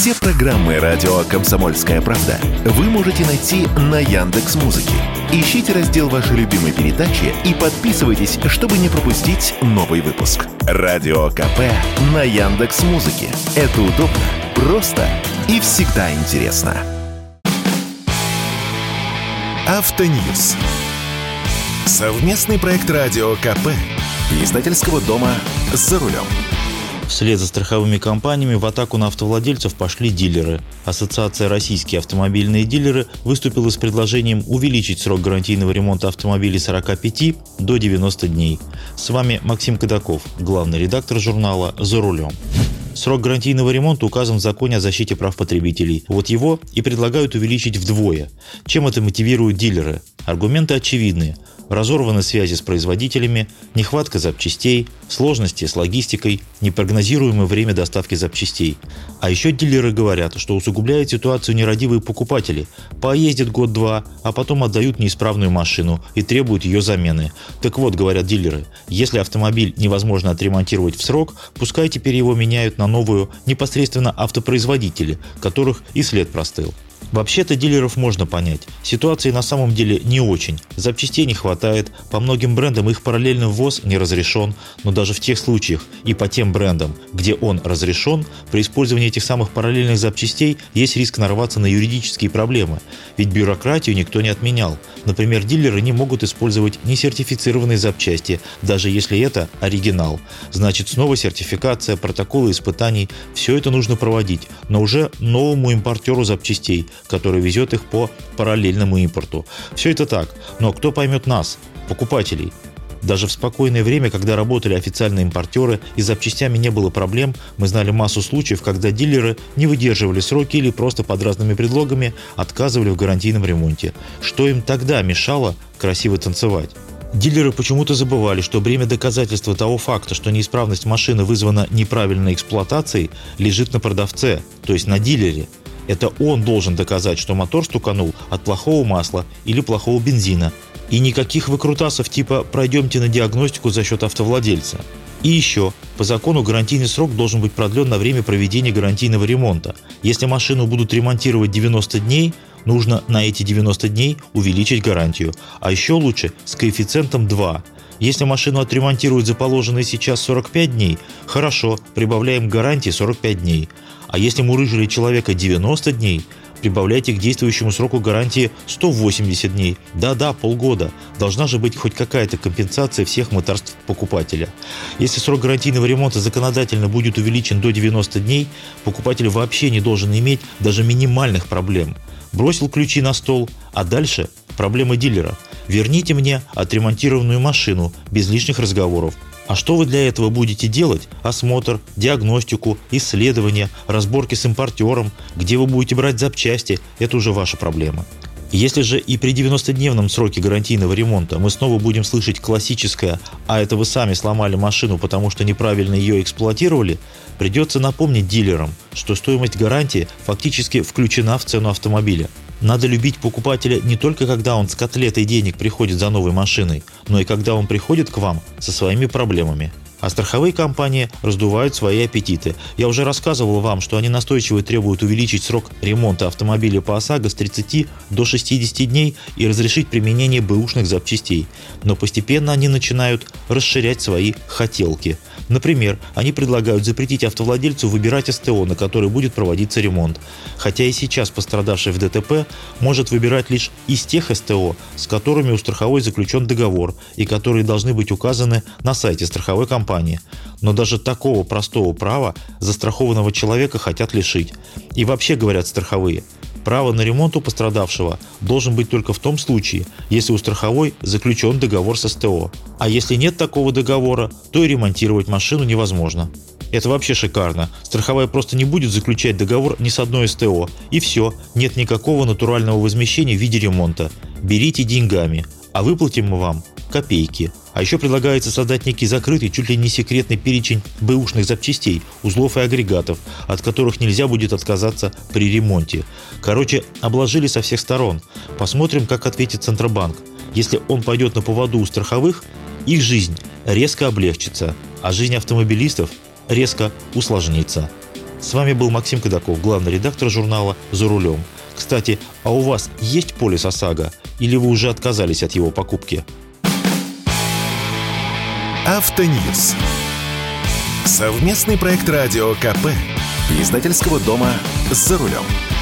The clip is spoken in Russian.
Все программы радио «Комсомольская правда» вы можете найти на Яндекс.Музыке. Ищите раздел вашей любимой передачи и подписывайтесь, чтобы не пропустить новый выпуск. Радио КП на Яндекс.Музыке. Это удобно, просто и всегда интересно. Автоньюз. Совместный проект радио КП и издательского дома «За рулем». Вслед за страховыми компаниями в атаку на автовладельцев пошли дилеры. Ассоциация «Российские автомобильные дилеры» выступила с предложением увеличить срок гарантийного ремонта автомобилей с 45 до 90 дней. С вами Максим Кадаков, главный редактор журнала «За рулем». Срок гарантийного ремонта указан в Законе о защите прав потребителей. Вот его и предлагают увеличить вдвое. Чем это мотивируют дилеры? Аргументы очевидны. Разорваны связи с производителями, нехватка запчастей, сложности с логистикой, непрогнозируемое время доставки запчастей. А еще дилеры говорят, что усугубляет ситуацию нерадивые покупатели. Поездят год-два, а потом отдают неисправную машину и требуют ее замены. Так вот, говорят дилеры, если автомобиль невозможно отремонтировать в срок, пускай теперь его меняют на новую непосредственно автопроизводители, которых и след простыл. Вообще-то дилеров можно понять. Ситуация на самом деле не очень. Запчастей не хватает, по многим брендам их параллельный ввоз не разрешен, но даже в тех случаях и по тем брендам, где он разрешен, при использовании этих самых параллельных запчастей есть риск нарваться на юридические проблемы. Ведь бюрократию никто не отменял. Например, дилеры не могут использовать несертифицированные запчасти, даже если это оригинал. Значит, снова сертификация, протоколы испытаний – все это нужно проводить, но уже новому импортеру запчастей, который везет их по параллельному импорту. Все это так, но кто поймет нас, покупателей? Даже в спокойное время, когда работали официальные импортеры и с запчастями не было проблем, мы знали массу случаев, когда дилеры не выдерживали сроки или просто под разными предлогами отказывали в гарантийном ремонте. Что им тогда мешало красиво танцевать? Дилеры почему-то забывали, что бремя доказательства того факта, что неисправность машины вызвана неправильной эксплуатацией, лежит на продавце, то есть на дилере. Это он должен доказать, что мотор стуканул от плохого масла или плохого бензина. И никаких выкрутасов типа «пройдемте на диагностику за счет автовладельца». И еще, по закону гарантийный срок должен быть продлен на время проведения гарантийного ремонта. Если машину будут ремонтировать 90 дней, нужно на эти 90 дней увеличить гарантию. А еще лучше с коэффициентом 2. Если машину отремонтируют за положенные сейчас 45 дней, хорошо, прибавляем к гарантии 45 дней. А если мурыжили человека 90 дней, прибавляйте к действующему сроку гарантии 180 дней. Да-да, полгода. Должна же быть хоть какая-то компенсация всех мытарств покупателя. Если срок гарантийного ремонта законодательно будет увеличен до 90 дней, покупатель вообще не должен иметь даже минимальных проблем. Бросил ключи на стол, а дальше проблема дилера. Верните мне отремонтированную машину без лишних разговоров. А что вы для этого будете делать? Осмотр, диагностику, исследования, разборки с импортером, где вы будете брать запчасти – это уже ваша проблема. Если же и при 90-дневном сроке гарантийного ремонта мы снова будем слышать классическое «а это вы сами сломали машину, потому что неправильно ее эксплуатировали», придется напомнить дилерам, что стоимость гарантии фактически включена в цену автомобиля. Надо любить покупателя не только когда он с котлетой денег приходит за новой машиной, но и когда он приходит к вам со своими проблемами. А страховые компании раздувают свои аппетиты. Я уже рассказывал вам, что они настойчиво требуют увеличить срок ремонта автомобиля по ОСАГО с 30 до 60 дней и разрешить применение бэушных запчастей. Но постепенно они начинают расширять свои хотелки. Например, они предлагают запретить автовладельцу выбирать СТО, на которой будет проводиться ремонт. Хотя и сейчас пострадавший в ДТП может выбирать лишь из тех СТО, с которыми у страховой заключен договор и которые должны быть указаны на сайте страховой компании. Но даже такого простого права застрахованного человека хотят лишить. И вообще, говорят страховые, право на ремонт у пострадавшего должен быть только в том случае, если у страховой заключен договор с СТО. А если нет такого договора, то и ремонтировать машину невозможно. Это вообще шикарно. Страховая просто не будет заключать договор ни с одной СТО. И все, нет никакого натурального возмещения в виде ремонта. Берите деньгами, а выплатим мы вам копейки. А еще предлагается создать некий закрытый, чуть ли не секретный перечень бэушных запчастей, узлов и агрегатов, от которых нельзя будет отказаться при ремонте. Короче, обложили со всех сторон. Посмотрим, как ответит Центробанк. Если он пойдет на поводу у страховых, их жизнь резко облегчится, а жизнь автомобилистов резко усложнится. С вами был Максим Кадаков, главный редактор журнала «За рулем». Кстати, а у вас есть полис ОСАГО? Или вы уже отказались от его покупки? Автоньюз. Совместный проект радио КП. Издательского дома «За рулем».